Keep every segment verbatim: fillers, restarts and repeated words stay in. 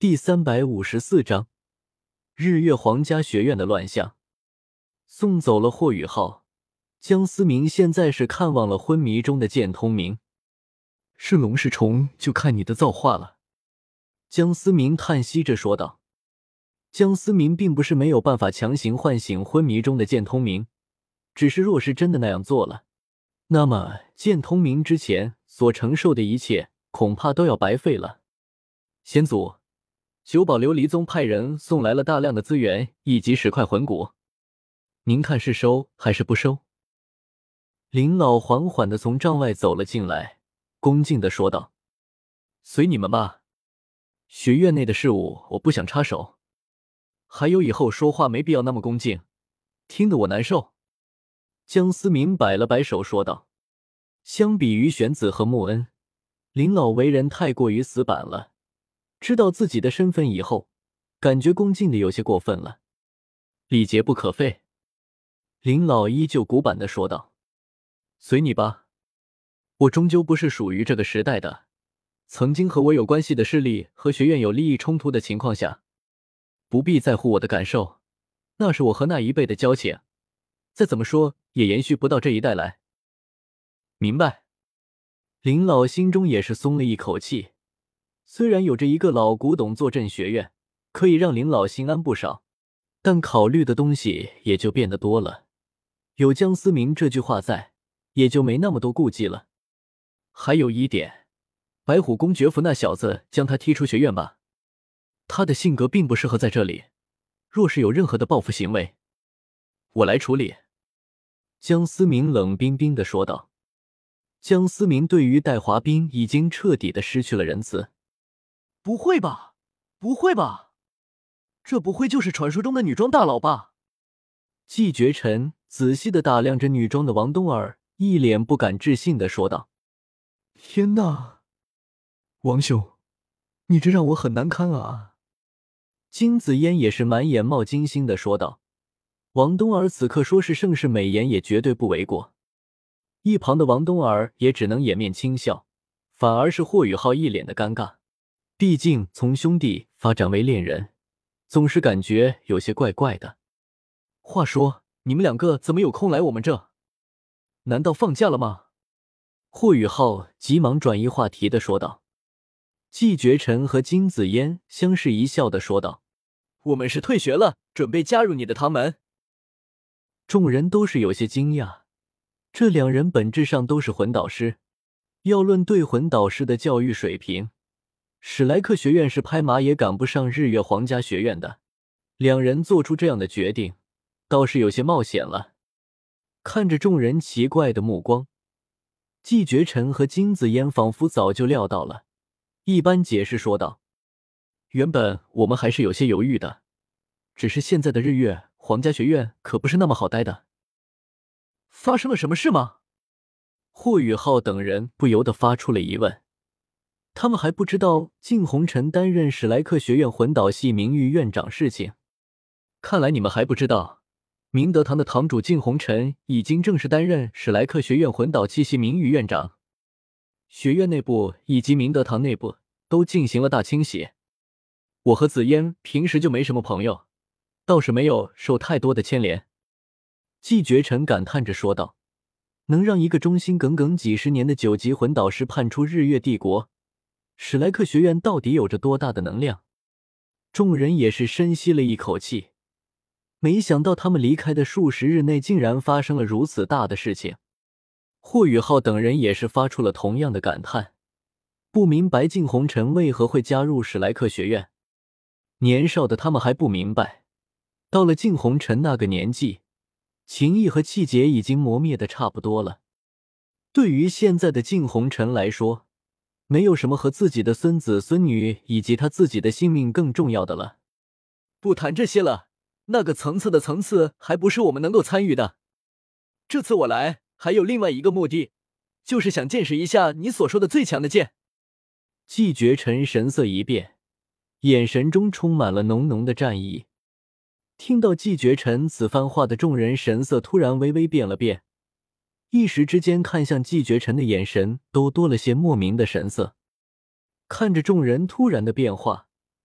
第三百五十四章日月皇家学院的乱象。送走了霍雨浩，江思明现在是看望了昏迷中的剑通明。是龙是虫，就看你的造化了。江思明叹息着说道。江思明并不是没有办法强行唤醒昏迷中的剑通明，只是若是真的那样做了，那么剑通明之前所承受的一切恐怕都要白费了。先祖，九宝琉璃宗派人送来了大量的资源以及十块魂骨，您看是收还是不收？林老缓缓地从帐外走了进来，恭敬地说道：随你们吧，学院内的事务我不想插手，还有以后说话没必要那么恭敬，听得我难受。江思明摆了摆手说道。相比于玄子和穆恩，林老为人太过于死板了，知道自己的身份以后，感觉恭敬的有些过分了。礼节不可废。林老依旧古板地说道。随你吧，我终究不是属于这个时代的，曾经和我有关系的势力和学院有利益冲突的情况下，不必在乎我的感受，那是我和那一辈的交情，再怎么说也延续不到这一代来。明白。林老心中也是松了一口气，虽然有着一个老古董坐镇学院，可以让林老心安不少，但考虑的东西也就变得多了。有江思明这句话在，也就没那么多顾忌了。还有一点，白虎公爵府那小子将他踢出学院吧，他的性格并不适合在这里，若是有任何的报复行为，我来处理。江思明冷冰冰地说道。江思明对于戴华斌已经彻底的失去了仁慈。 不会吧，不会吧，这不会就是传说中的女装大佬吧？ 季绝尘仔细的打量着女装的王冬儿，一脸不敢置信的说道。天哪，王兄，你这让我很难堪啊。金子嫣也是满眼冒金星的说道。王冬儿此刻说是盛世美颜也绝对不为过。一旁的王冬儿也只能掩面轻笑，反而是霍雨浩一脸的尴尬。毕竟从兄弟发展为恋人，总是感觉有些怪怪的。话说，你们两个怎么有空来我们这？难道放假了吗？霍雨浩急忙转移话题的说道。季绝尘和金子嫣相视一笑的说道：我们是退学了，准备加入你的堂门。众人都是有些惊讶，这两人本质上都是魂导师，要论对魂导师的教育水平，史莱克学院是拍马也赶不上日月皇家学院的。两人做出这样的决定，倒是有些冒险了。看着众人奇怪的目光，季绝尘和金子嫣仿佛早就料到了，一般解释说道：原本我们还是有些犹豫的，只是现在的日月皇家学院可不是那么好待的。发生了什么事吗？霍雨浩等人不由得发出了疑问。他们还不知道靳红尘担任史莱克学院魂导系名誉院长事情。看来你们还不知道，明德堂的堂主靳红尘已经正式担任史莱克学院魂导器系名誉院长。学院内部以及明德堂内部都进行了大清洗。我和紫嫣平时就没什么朋友，倒是没有受太多的牵连。季绝尘感叹着说道。能让一个忠心耿耿几十年的九级魂导师叛出日月帝国，史莱克学院到底有着多大的能量？众人也是深吸了一口气，没想到他们离开的数十日内竟然发生了如此大的事情。霍雨浩等人也是发出了同样的感叹，不明白靳红尘为何会加入史莱克学院。年少的他们还不明白，到了靳红尘那个年纪，情谊和气节已经磨灭的差不多了。对于现在的靳红尘来说，没有什么和自己的孙子孙女以及他自己的性命更重要的了。不谈这些了，那个层次的层次还不是我们能够参与的。这次我来还有另外一个目的，就是想见识一下你所说的最强的剑。季绝尘神色一变，眼神中充满了浓浓的战意。听到季绝尘此番话的众人神色突然微微变了变，一时之间看向季绝尘的眼神都多了些莫名的神色。看着众人突然的变化，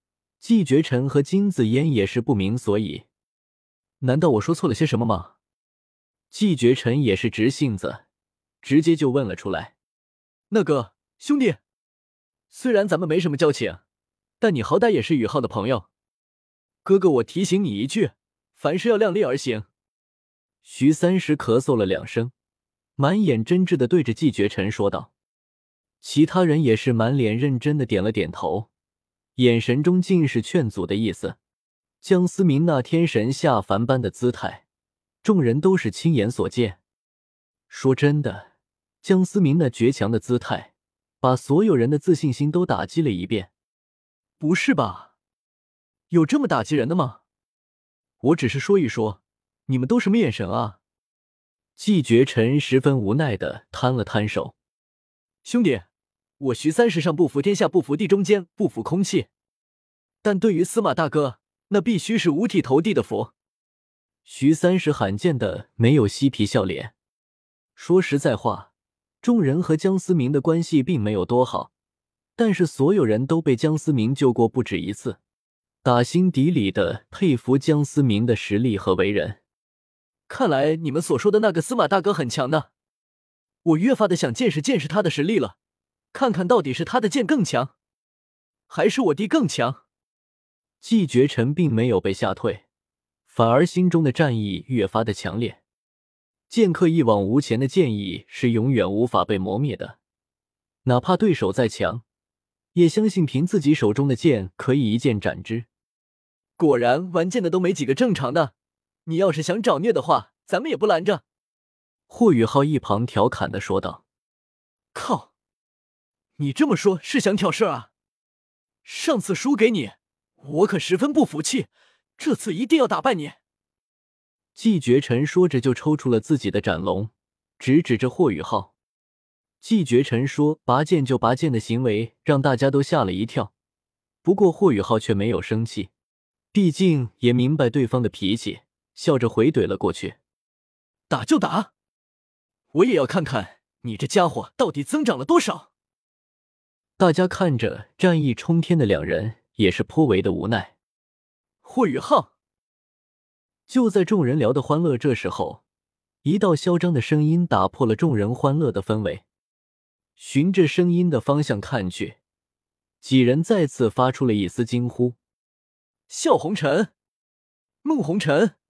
季绝尘和金子嫣也是不明所以， 难道我说错了些什么吗？ 季绝尘也是直性子，直接就问了出来。 那个兄弟，虽然咱们没什么交情，但你好歹也是宇浩的朋友，哥哥我提醒你一句，凡事要量力而行。 徐三石咳嗽了两声，满眼真挚地对着季绝尘说道。其他人也是满脸认真地点了点头，眼神中尽是劝阻的意思。江思明那天神下凡般的姿态，众人都是亲眼所见。说真的，江思明那绝强的姿态，把所有人的自信心都打击了一遍。 不是吧？有这么打击人的吗？我只是说一说，你们都什么眼神啊？ 季绝尘十分无奈地摊了摊手。 兄弟，我徐三石上不服天下不服地中间不服空气，但对于司马大哥，那必须是五体投地的服。 徐三石罕见的没有嬉皮笑脸。说实在话，众人和江思明的关系并没有多好，但是所有人都被江思明救过不止一次，打心底里的佩服江思明的实力和为人。 看来你们所说的那个司马大哥很强呢，我越发的想见识见识他的实力了，看看到底是他的剑更强，还是我弟更强。 季绝尘并没有被吓退，反而心中的战意越发的强烈。剑客一往无前的剑意是永远无法被磨灭的，哪怕对手再强，也相信凭自己手中的剑可以一剑斩之。 果然玩剑的都没几个正常的，你要是想找虐的话，咱们也不拦着。 霍雨浩一旁调侃地说道。 靠，你这么说是想挑事啊？上次输给你，我可十分不服气，这次一定要打败你。 季绝尘说着就抽出了自己的斩龙，直指着霍雨浩。季绝尘说拔剑就拔剑的行为让大家都吓了一跳，不过霍雨浩却没有生气，毕竟也明白对方的脾气，笑着回怼了过去。 打就打，我也要看看你这家伙到底增长了多少。 大家看着战意冲天的两人，也是颇为的无奈。 霍雨浩。 就在众人聊得欢乐，这时候，一道嚣张的声音打破了众人欢乐的氛围。循着声音的方向看去，几人再次发出了一丝惊呼： 笑红尘，孟红尘。